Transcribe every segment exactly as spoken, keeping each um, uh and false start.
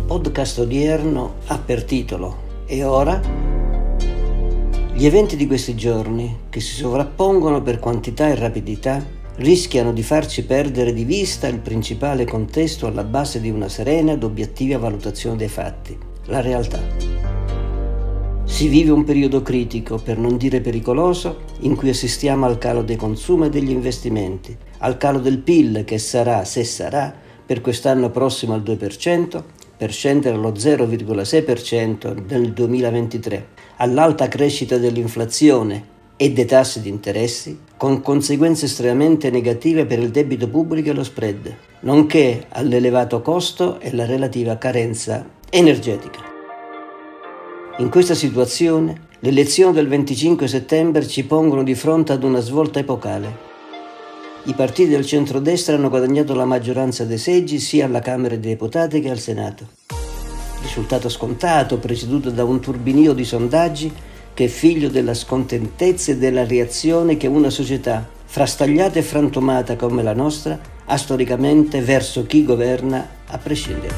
podcast odierno ha per titolo "E ora?". Gli eventi di questi giorni, che si sovrappongono per quantità e rapidità, rischiano di farci perdere di vista il principale contesto alla base di una serena ed obiettiva valutazione dei fatti, la realtà. Si vive un periodo critico, per non dire pericoloso, in cui assistiamo al calo dei consumi e degli investimenti, al calo del P I L che sarà, se sarà, per quest'anno prossimo al due per cento, per scendere allo zero virgola sei per cento nel duemilaventitré, all'alta crescita dell'inflazione e dei tassi di interessi, con conseguenze estremamente negative per il debito pubblico e lo spread, nonché all'elevato costo e la relativa carenza energetica. In questa situazione, le elezioni del venticinque settembre ci pongono di fronte ad una svolta epocale. I partiti del centrodestra hanno guadagnato la maggioranza dei seggi sia alla Camera dei Deputati che al Senato. Risultato scontato, preceduto da un turbinio di sondaggi che è figlio della scontentezza e della reazione che una società, frastagliata e frantumata come la nostra, ha storicamente verso chi governa a prescindere.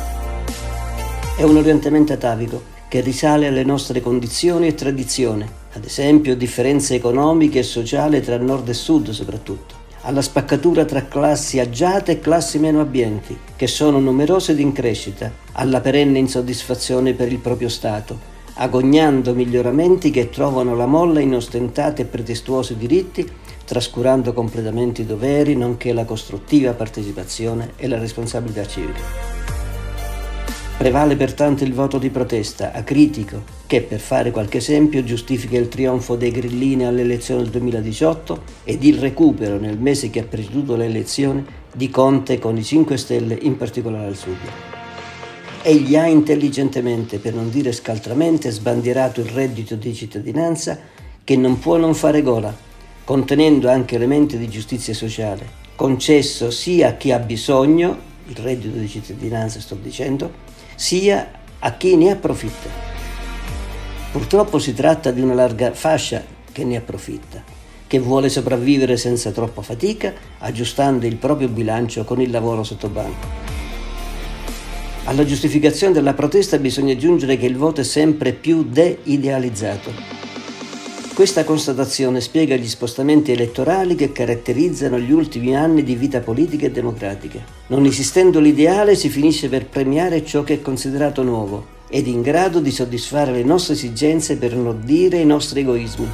È un orientamento atavico che risale alle nostre condizioni e tradizioni, ad esempio differenze economiche e sociali tra nord e sud soprattutto, alla spaccatura tra classi agiate e classi meno abbienti, che sono numerose ed in crescita, alla perenne insoddisfazione per il proprio Stato, agognando miglioramenti che trovano la molla in ostentati e pretestuosi diritti, trascurando completamente i doveri, nonché la costruttiva partecipazione e la responsabilità civica. Prevale pertanto il voto di protesta, acritico, che, per fare qualche esempio, giustifica il trionfo dei grillini alle elezioni del duemiladiciotto ed il recupero, nel mese che ha preceduto le elezioni, di Conte con i cinque Stelle, in particolare al sud. Egli ha intelligentemente, per non dire scaltramente, sbandierato il reddito di cittadinanza che non può non fare gola, contenendo anche elementi di giustizia sociale, concesso sia a chi ha bisogno, il reddito di cittadinanza sto dicendo, sia a chi ne approfitta. Purtroppo si tratta di una larga fascia che ne approfitta, che vuole sopravvivere senza troppa fatica, aggiustando il proprio bilancio con il lavoro sotto banco. Alla giustificazione della protesta bisogna aggiungere che il voto è sempre più deidealizzato. Questa constatazione spiega gli spostamenti elettorali che caratterizzano gli ultimi anni di vita politica e democratica. Non esistendo l'ideale, si finisce per premiare ciò che è considerato nuovo ed in grado di soddisfare le nostre esigenze, per non dire i nostri egoismi.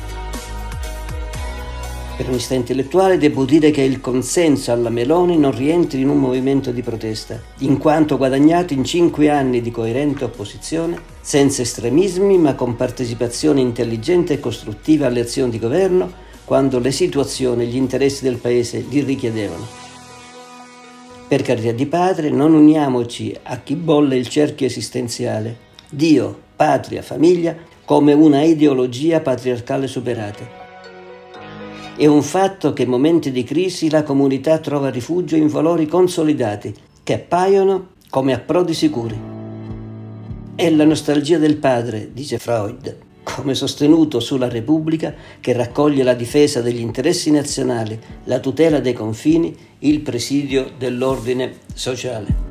Per onestà intellettuale devo dire che il consenso alla Meloni non rientri in un movimento di protesta, in quanto guadagnato in cinque anni di coerente opposizione, senza estremismi ma con partecipazione intelligente e costruttiva alle azioni di governo quando le situazioni e gli interessi del Paese li richiedevano. Per carità di padre, non uniamoci a chi bolle il cerchio esistenziale, Dio, patria, famiglia, come una ideologia patriarcale superata. È un fatto che in momenti di crisi la comunità trova rifugio in valori consolidati che appaiono come approdi sicuri. È la nostalgia del padre, dice Freud, come sostenuto sulla Repubblica che raccoglie la difesa degli interessi nazionali, la tutela dei confini, il presidio dell'ordine sociale.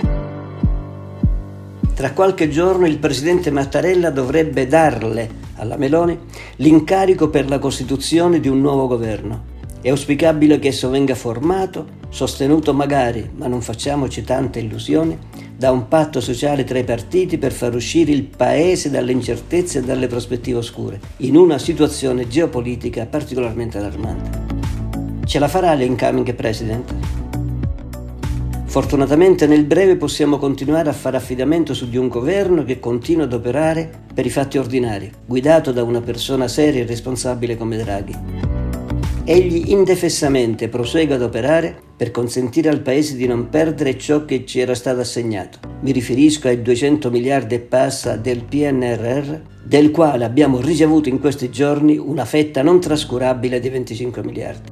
Tra qualche giorno il presidente Mattarella dovrebbe darle alla Meloni l'incarico per la costituzione di un nuovo governo. È auspicabile che esso venga formato, sostenuto magari, ma non facciamoci tante illusioni, da un patto sociale tra i partiti per far uscire il Paese dalle incertezze e dalle prospettive oscure, in una situazione geopolitica particolarmente allarmante. Ce la farà l'incoming president? Fortunatamente nel breve possiamo continuare a fare affidamento su di un governo che continua ad operare per i fatti ordinari, guidato da una persona seria e responsabile come Draghi. Egli indefessamente prosegue ad operare per consentire al Paese di non perdere ciò che ci era stato assegnato. Mi riferisco ai duecento miliardi e passa del P N R R, del quale abbiamo ricevuto in questi giorni una fetta non trascurabile di venticinque miliardi.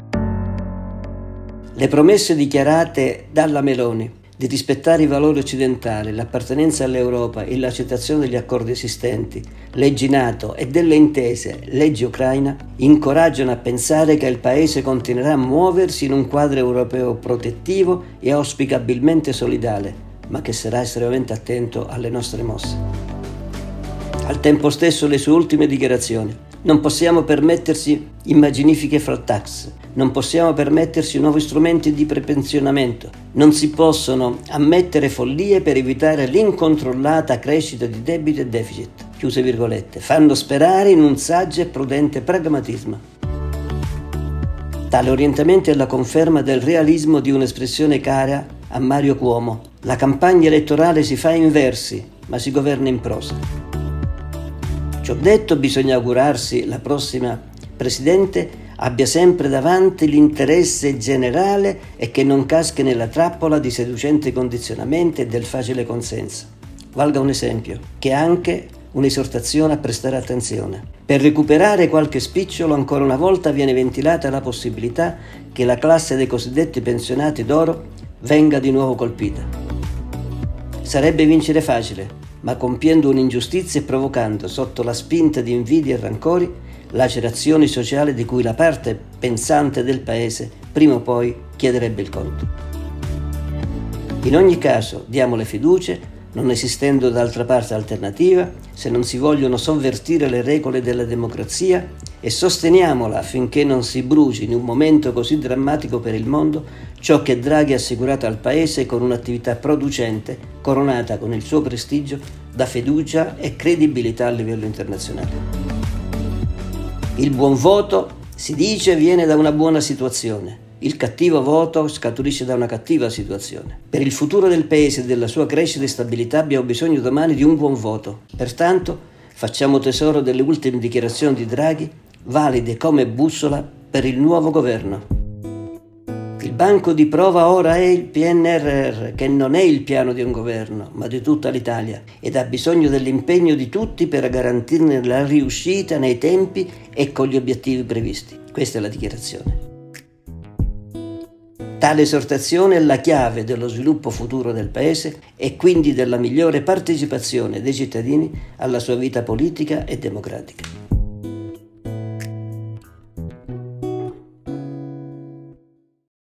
Le promesse dichiarate dalla Meloni di rispettare i valori occidentali, l'appartenenza all'Europa e l'accettazione degli accordi esistenti, leggi NATO e delle intese, legge Ucraina, incoraggiano a pensare che il Paese continuerà a muoversi in un quadro europeo protettivo e auspicabilmente solidale, ma che sarà estremamente attento alle nostre mosse. Al tempo stesso le sue ultime dichiarazioni: non possiamo permettersi immaginifiche flat tax, non possiamo permettersi nuovi strumenti di prepensionamento, non si possono ammettere follie per evitare l'incontrollata crescita di debito e deficit, chiuse virgolette, fanno sperare in un saggio e prudente pragmatismo. Tale orientamento è la conferma del realismo di un'espressione cara a Mario Cuomo: la campagna elettorale si fa in versi, ma si governa in prosa. Ciò detto, bisogna augurarsi la prossima Presidente abbia sempre davanti l'interesse generale e che non caschi nella trappola di seducenti condizionamenti e del facile consenso. Valga un esempio, che è anche un'esortazione a prestare attenzione. Per recuperare qualche spicciolo, ancora una volta viene ventilata la possibilità che la classe dei cosiddetti pensionati d'oro venga di nuovo colpita. Sarebbe vincere facile, ma compiendo un'ingiustizia e provocando, sotto la spinta di invidie e rancori, lacerazioni sociali di cui la parte pensante del paese prima o poi chiederebbe il conto. In ogni caso, diamo le fiducie, non esistendo d'altra parte alternativa, se non si vogliono sovvertire le regole della democrazia, e sosteniamola affinché non si bruci in un momento così drammatico per il mondo ciò che Draghi ha assicurato al Paese con un'attività producente, coronata con il suo prestigio da fiducia e credibilità a livello internazionale. Il buon voto, si dice, viene da una buona situazione. Il cattivo voto scaturisce da una cattiva situazione. Per il futuro del Paese e della sua crescita e stabilità abbiamo bisogno domani di un buon voto. Pertanto facciamo tesoro delle ultime dichiarazioni di Draghi, valide come bussola per il nuovo governo. Il banco di prova ora è il P N R R, che non è il piano di un governo, ma di tutta l'Italia, ed ha bisogno dell'impegno di tutti per garantirne la riuscita nei tempi e con gli obiettivi previsti. Questa è la dichiarazione. Tale esortazione è la chiave dello sviluppo futuro del Paese e quindi della migliore partecipazione dei cittadini alla sua vita politica e democratica.